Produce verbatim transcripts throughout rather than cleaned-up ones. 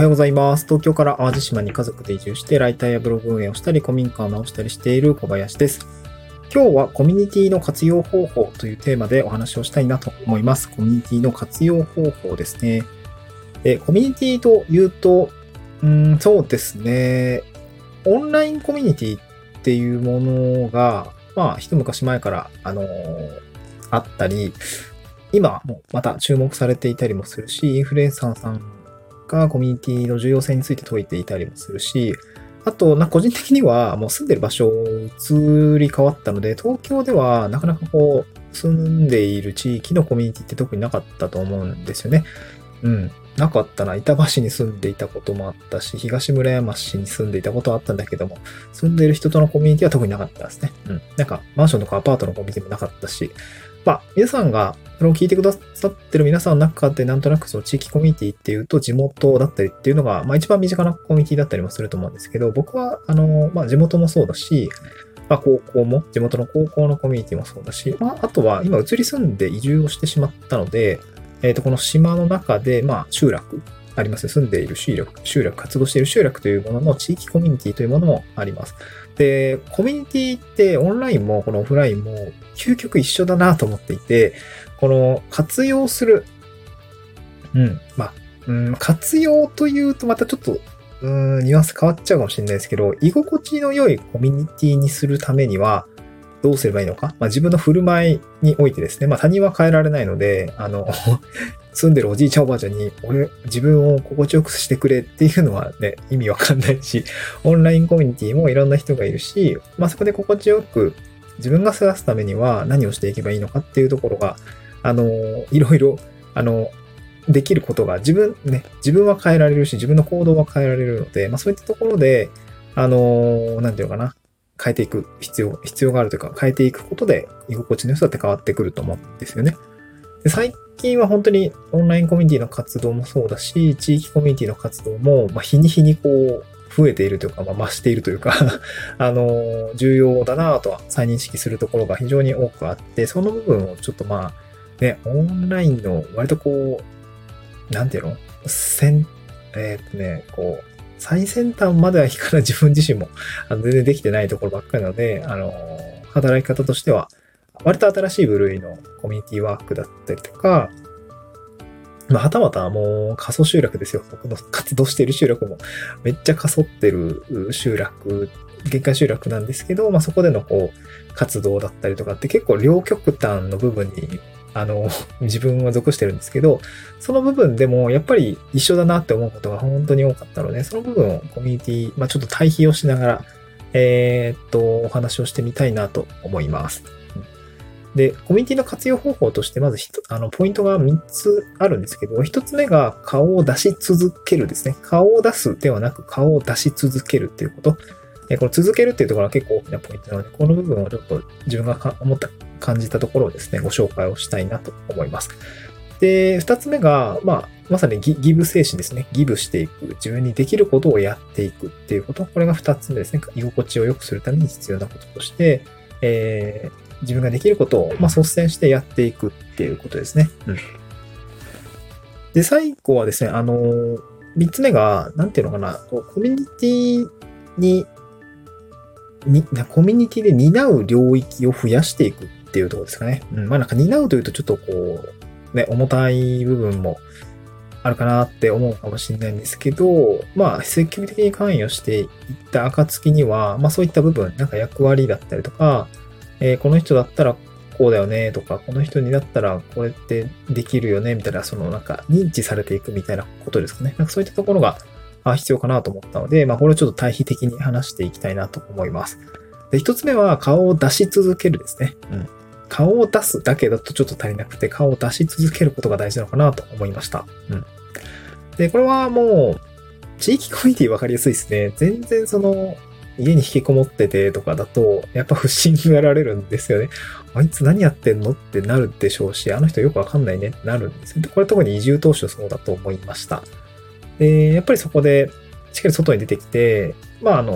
ようございます。東京から淡路島に家族で移住して、ライターやブログ運営をしたり、古民家を直したりしている小林です。今日はコミュニティの活用方法というテーマでお話をしたいなと思います。コミュニティの活用方法ですね。えコミュニティというと、うーん、そうですね。オンラインコミュニティっていうものが、まあ、一昔前から、あのーあったり、今もまた注目されていたりもするし、インフルエンサーさんがコミュニティの重要性について説いていたりもするし、あと、な個人的にはもう住んでる場所移り変わったので、東京ではなかなかこう、住んでいる地域のコミュニティって特になかったと思うんですよね。うん。なかったな。板橋に住んでいたこともあったし、東村山市に住んでいたことはあったんだけども、住んでいる人とのコミュニティは特になかったですね。うん。なんか、マンションとかアパートのコミュニティもなかったし、まあ、皆さんが、それを聞いてくださってる皆さんの中で、なんとなくその地域コミュニティっていうと、地元だったりっていうのが、まあ一番身近なコミュニティだったりもすると思うんですけど、僕は、あの、まあ地元もそうだし、まあ高校も、地元の高校のコミュニティもそうだし、まああとは今移り住んで移住をしてしまったので、えっと、この島の中で、まあ集落、ありますね。住んでいる集落、集落、活動している集落というものの地域コミュニティというものもあります。で、コミュニティってオンラインもこのオフラインも究極一緒だなと思っていて、この活用する、うん、まあ、うん、活用というとまたちょっと、うん、ニュアンス変わっちゃうかもしれないですけど、居心地の良いコミュニティにするためには、どうすればいいのか、まあ、自分の振る舞いにおいてですね、まあ他人は変えられないので、あの、住んでるおじいちゃんおばあちゃんに、俺、自分を心地よくしてくれっていうのはね、意味わかんないし、オンラインコミュニティもいろんな人がいるし、まあそこで心地よく自分が過ごすためには何をしていけばいいのかっていうところが、あの、いろいろ、あの、できることが自分ね、自分は変えられるし、自分の行動は変えられるので、まあそういったところで、あの、なんていうのかな、変えていく必要、必要があるというか、変えていくことで居心地の良さって変わってくると思うんですよね。で最近は本当にオンラインコミュニティの活動もそうだし、地域コミュニティの活動も、まあ、日に日にこう、増えているというか、まあ、増しているというかあの、重要だなぁとは再認識するところが非常に多くあって、その部分をちょっとまあ、ね、オンラインの割とこう、なんていうの先、えーっとね、こう、最先端まではいかない自分自身も全然できてないところばっかりなので、あの、働き方としては、割と新しい部類のコミュニティワークだったりとか、まあ、はたまたもう過疎集落ですよ。僕の活動している集落もめっちゃ過疎ってる集落、限界集落なんですけど、まあ、そこでのこう活動だったりとかって結構両極端の部分にあの自分は属してるんですけど、その部分でもやっぱり一緒だなって思うことが本当に多かったので、その部分をコミュニティ、まあ、ちょっと対比をしながら、えー、っと、お話をしてみたいなと思います。で、コミュニティの活用方法として、まずあの、ポイントがみっつあるんですけど、ひとつめが顔を出し続けるですね。顔を出すではなく、顔を出し続けるっていうこと。この続けるっていうところが結構大きなポイントなので、この部分をちょっと自分が思った、感じたところをですね、ご紹介をしたいなと思います。で、ふたつめが、まあ、まさにギギブ精神ですね。ギブしていく。自分にできることをやっていくっていうこと。これがふたつめですね。居心地を良くするために必要なこととして、えー自分ができることを、まあ、率先してやっていくっていうことですね。うん。で、最後はですね、あの、三つ目が、なんていうのかな、コミュニティに、に、コミュニティで担う領域を増やしていくっていうところですかね。うん。まあなんか担うというとちょっとこう、ね、重たい部分もあるかなって思うかもしれないんですけど、まあ積極的に関与していった暁には、まあそういった部分、なんか役割だったりとか、えー、この人だったらこうだよねとか、この人にだったらこれってできるよねみたいな、そのなんか認知されていくみたいなことですかね。なんかそういったところが必要かなと思ったので、まあこれをちょっと対比的に話していきたいなと思います。で、一つ目は顔を出し続けるですね。うん。顔を出すだけだとちょっと足りなくて、顔を出し続けることが大事なのかなと思いました。うん。で、これはもう、地域コミュニティ分かりやすいですね。全然その、家に引きこもっててとかだと、やっぱ不審がられるんですよね。あいつ何やってんのってなるでしょうし、あの人よくわかんないねってなるんですよ。で、これ特に移住当初そうだと思いました。で、やっぱりそこで、しっかり外に出てきて、まああの、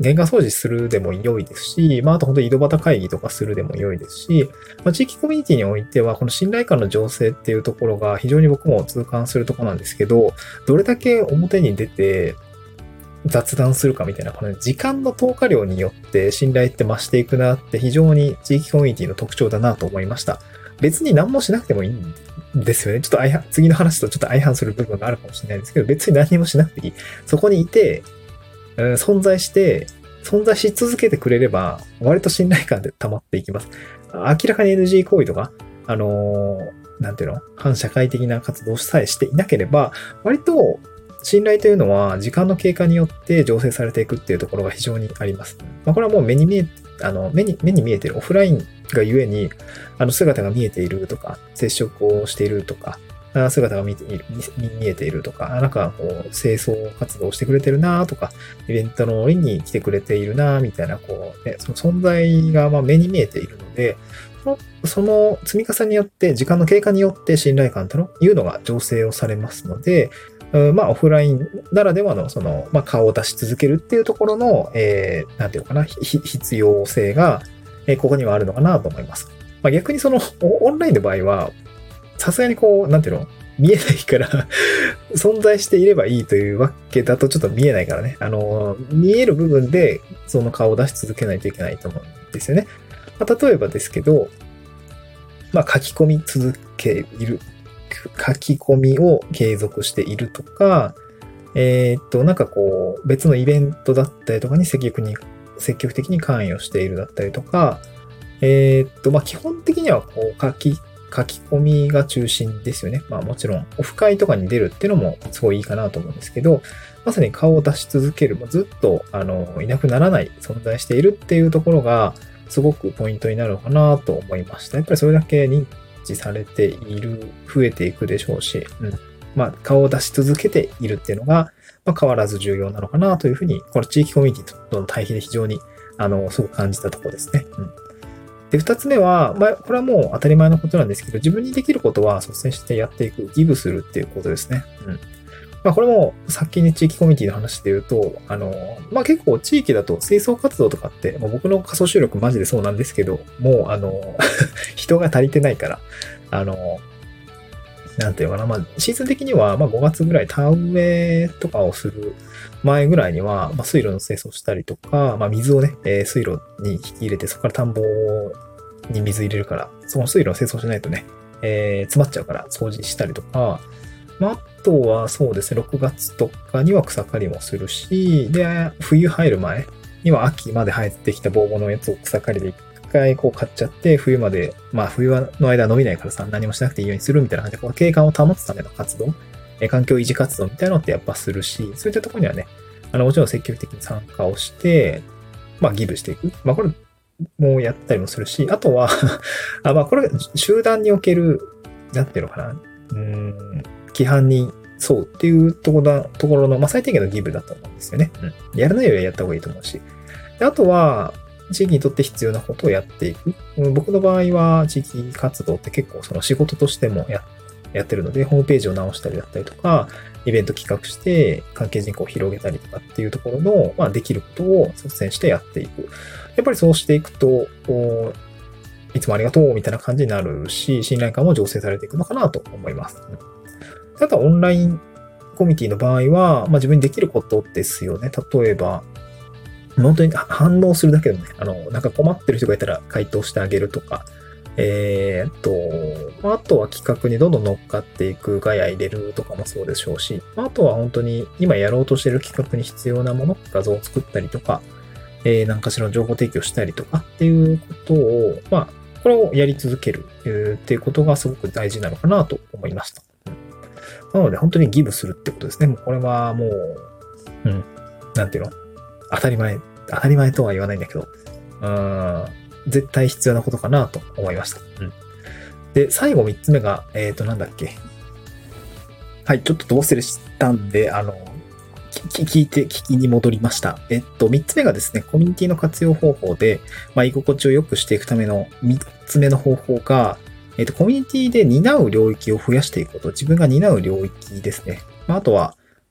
玄関掃除するでも良いですし、まあ、あと本当に井戸端会議とかするでも良いですし、まあ、地域コミュニティにおいては、この信頼感の醸成っていうところが非常に僕も痛感するところなんですけど、どれだけ表に出て雑談するかみたいな、この時間の投下量によって信頼って増していくなって非常に地域コミュニティの特徴だなと思いました。別に何もしなくてもいいんですよね。ちょっと相反、次の話とちょっと相反する部分があるかもしれないですけど、別に何もしなくていい。そこにいて、うん、存在して、存在し続けてくれれば、割と信頼感で溜まっていきます。明らかに エヌジー 行為とか、あのー、なんていうの、反社会的な活動さえしていなければ、割と信頼というのは時間の経過によって醸成されていくっていうところが非常にあります。まあ、これはもう目に見え、あの、目に、目に見えているオフラインがゆえに、あの、姿が見えているとか、接触をしているとか、姿が見ている、見えているとか、なんかこう、清掃活動してくれてるなとか、イベントの折に来てくれているなみたいな、こう、ね、その存在がまあ目に見えているので、その積み重ねによって、時間の経過によって信頼感というのが醸成をされますので、まあ、オフラインならではの、その、まあ、顔を出し続けるっていうところの、えー、なんていうのかな、必要性が、えー、ここにはあるのかなと思います。まあ、逆にその、オンラインの場合は、さすがにこう、なんていうの見えないから存在していればいいというわけだとちょっと見えないからね。あの、見える部分でその顔を出し続けないといけないと思うんですよね。まあ、例えばですけど、まあ、書き込み続ける。書き込みを継続しているとか、えー、っと、なんかこう、別のイベントだったりとかに積極に、積極的に関与しているだったりとか、えー、っと、まあ、基本的にはこう、書き、書き込みが中心ですよね。まあもちろん、オフ会とかに出るっていうのもすごいいいかなと思うんですけど、まさに顔を出し続ける、ずっと、あの、いなくならない存在しているっていうところが、すごくポイントになるのかなと思いました。やっぱりそれだけ認知されている、増えていくでしょうし、うん。まあ、顔を出し続けているっていうのが、まあ、変わらず重要なのかなというふうに、この地域コミュニティとの対比で非常に、あの、すごく感じたところですね。うん。で、二つ目は、まあ、これはもう当たり前のことなんですけど、自分にできることは率先してやっていく、ギブするっていうことですね。うん。まあ、これも、さっきね、地域コミュニティの話で言うと、あの、まあ、結構地域だと清掃活動とかって、もう僕の仮想収録マジでそうなんですけど、もう、あの、人が足りてないから、あの、なんていうのかな、まあ、シーズン的には、まあ、ごがつぐらい田植えとかをする前ぐらいには、まあ、水路の清掃したりとか、まあ、水をね、えー、水路に引き入れて、そこから田んぼに水入れるから、その水路の清掃しないとね、えー、詰まっちゃうから掃除したりとか、まあ、あとはそうですね、ろくがつとかには草刈りもするし、で、冬入る前には秋まで生えてきたボーボーのやつを草刈りで一回こう買っちゃって、冬まで、まあ冬の間は伸びないからさ、何もしなくていいようにするみたいな感じで、この景観を保つための活動、え環境維持活動みたいなのってやっぱするし、そういったところにはね、あの、もちろん積極的に参加をして、まあギブしていく。まあこれもやったりもするし、あとはあ、まあこれ集団における、なんていうのかな、うーん、規範に沿うっていうところだ、ところの、まあ最低限のギブだと思うんですよね。うん。やらないよりはやった方がいいと思うし。であとは、地域にとって必要なことをやっていく。僕の場合は地域活動って結構その仕事としてもややってるので、ホームページを直したりだったりとか、イベント企画して関係人口を広げたりとかっていうところの、まあ、できることを率先してやっていく。やっぱりそうしていくと、いつもありがとうみたいな感じになるし、信頼感も醸成されていくのかなと思います。ただオンラインコミュニティの場合は、まあ、自分にできることですよね。例えば、本当に反応するだけでもね、あの、なんか困ってる人がいたら回答してあげるとか、えー、っと、あとは企画にどんどん乗っかっていくガヤ入れるとかもそうでしょうし、あとは本当に今やろうとしている企画に必要なもの、画像を作ったりとか、えー、何かしらの情報提供したりとかっていうことを、まあ、これをやり続けるっていうことがすごく大事なのかなと思いました。なので本当にギブするってことですね。もうこれはもう、うん、なんていうの当たり前、当たり前とは言わないんだけど、うーん、絶対必要なことかなと思いました。うん。で、最後三つ目が、えっと、なんだっけ。はい、ちょっとど忘れしたんで、あの、聞いて、聞きに戻りました。えっと、三つ目がですね、コミュニティの活用方法で、まあ、居心地を良くしていくための三つ目の方法が、えっと、コミュニティで担う領域を増やしていくこと、自分が担う領域ですね。まあ、あとは、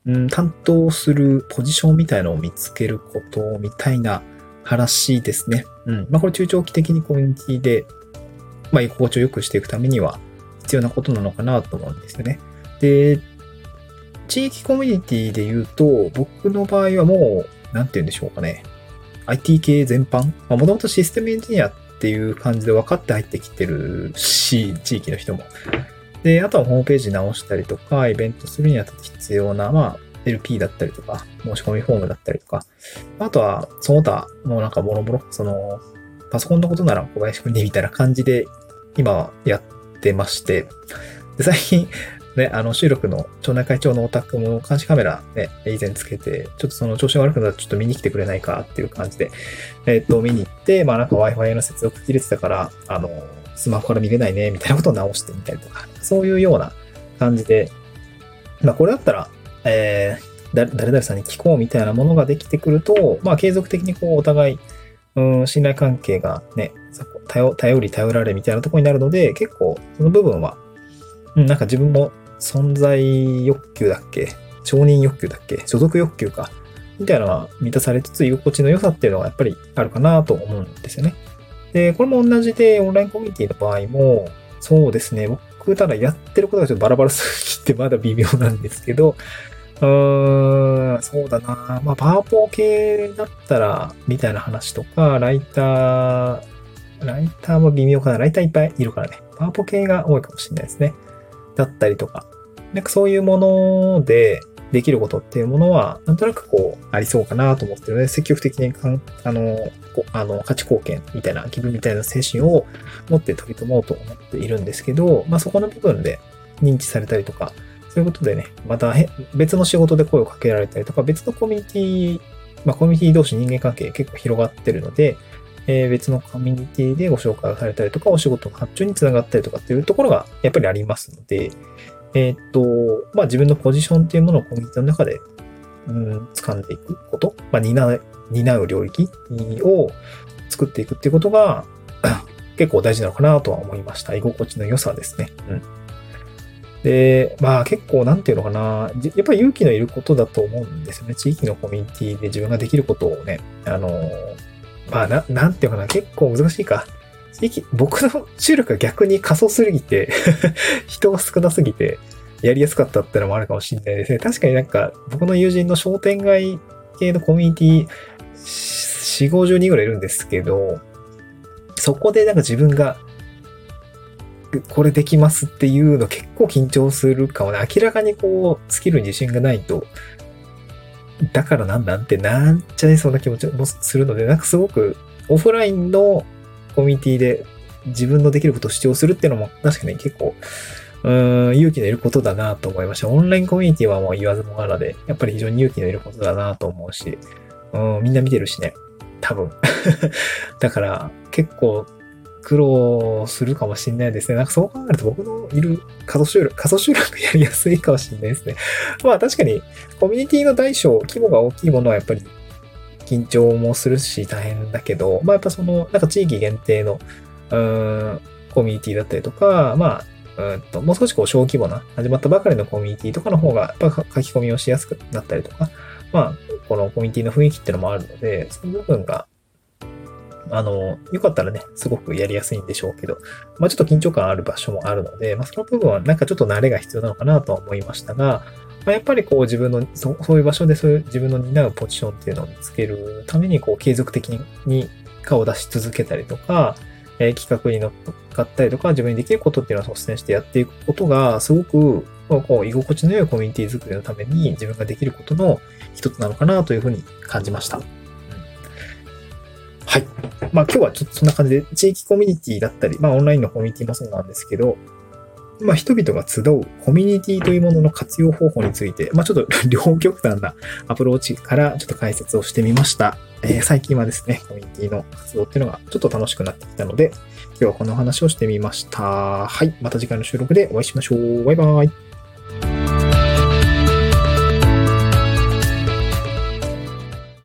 うん、担当するポジションみたいのを見つけることみたいな話ですね。うん。まあこれ中長期的にコミュニティで、まあ居心地を良くしていくためには必要なことなのかなと思うんですよね。で、地域コミュニティで言うと、僕の場合はもう、なんて言うんでしょうかね。アイティー 系全般、まあもともとシステムエンジニアっていう感じで分かって入ってきてるし、地域の人も。で、あとはホームページ直したりとか、イベントするにあたって必要な、まあ、エルピー だったりとか、申し込みフォームだったりとか、あとは、その他、もうなんかボロボロ、その、パソコンのことなら小林くんにみたいな感じで、今はやってまして、で最近、ね、あの、収録の町内会長のお宅も監視カメラね、以前つけて、ちょっとその調子が悪くなったらちょっと見に来てくれないかっていう感じで、えっと、見に行って、まあなんか Wi-Fi の接続切れてたから、あの、スマホから見れないね、みたいなことを直してみたりとか、そういうような感じで、まあこれだったら、えー、だ誰々さんに聞こうみたいなものができてくると、まあ継続的にこうお互い、うん、信頼関係がね、頼、頼り頼られみたいなところになるので、結構その部分は、うん、なんか自分も存在欲求だっけ承認欲求だっけ所属欲求かみたいなのが満たされつつ居心地の良さっていうのがやっぱりあるかなと思うんですよね。で、これも同じでオンラインコミュニティの場合も、そうですね、僕ただやってることがちょっとバラバラすぎてまだ微妙なんですけど、うーん、そうだな。まあ、パワポ系だったら、みたいな話とか、ライター、ライターも微妙かな。ライターいっぱいいるからね。パワポ系が多いかもしれないですね。だったりとか。なんかそういうものでできることっていうものは、なんとなくこう、ありそうかなと思ってるので、積極的にかん、あの、あの、価値貢献みたいな、気分みたいな精神を持って取り組もうと思っているんですけど、まあそこの部分で認知されたりとか、そういうことでね、また別の仕事で声をかけられたりとか、別のコミュニティ、まあコミュニティ同士人間関係結構広がってるので、えー、別のコミュニティでご紹介されたりとか、お仕事の発注につながったりとかっていうところがやっぱりありますので、えー、っと、まあ自分のポジションっていうものをコミュニティの中で、うん、掴んでいくこと、まあ担う、担う領域を作っていくっていうことが結構大事なのかなとは思いました。居心地の良さですね。うん。で、まあ結構なんていうのかな、やっぱり勇気のいることだと思うんですよね。地域のコミュニティで自分ができることをね、あの、まあな、なんていうのかな、結構難しいか。地域、僕の集落が逆に過疎すぎて人が少なすぎてやりやすかったってのもあるかもしれないですね。確かになんか僕の友人の商店街系のコミュニティよん、ごじゅうにんぐらいいるんですけど、そこでなんか自分がこれできますっていうの結構緊張するかもね。明らかにこう、スキルに自信がないと、だからなんなんってなっちゃいそうな気持ちもするので、なんかすごくオフラインのコミュニティで自分のできることを主張するっていうのも確かに結構、うーん、勇気のいることだなと思いました。オンラインコミュニティはもう言わずもがなで、やっぱり非常に勇気のいることだなと思うし、うん、みんな見てるしね。多分。だから結構、苦労するかもしれないですね。なんかそう考えると僕のいる過疎集落、過疎集落やりやすいかもしれないですね。まあ確かにコミュニティの大小、規模が大きいものはやっぱり緊張もするし大変だけど、まあやっぱそのなんか地域限定のうーんコミュニティだったりとか、まあうんともう少しこう小規模な始まったばかりのコミュニティとかの方がやっぱ書き込みをしやすくなったりとか、まあこのコミュニティの雰囲気っていうのもあるので、その部分があの、よかったらね、すごくやりやすいんでしょうけど、まあちょっと緊張感ある場所もあるので、まあその部分はなんかちょっと慣れが必要なのかなとは思いましたが、まあ、やっぱりこう自分のそ、そういう場所でそういう自分の担うポジションっていうのを見つけるために、こう継続的に顔を出し続けたりとか、えー、企画に乗っかったりとか、自分にできることっていうのを率先してやっていくことが、すごく、こう居心地の良いコミュニティ作りのために自分ができることの一つなのかなというふうに感じました。はい。まあ今日はちょっとそんな感じで地域コミュニティだったり、まあオンラインのコミュニティもそうなんですけど、まあ人々が集うコミュニティというものの活用方法について、まあちょっと両極端なアプローチからちょっと解説をしてみました。えー、最近はですね、コミュニティの活動っていうのがちょっと楽しくなってきたので、今日はこの話をしてみました。はい。また次回の収録でお会いしましょう。バイバイ。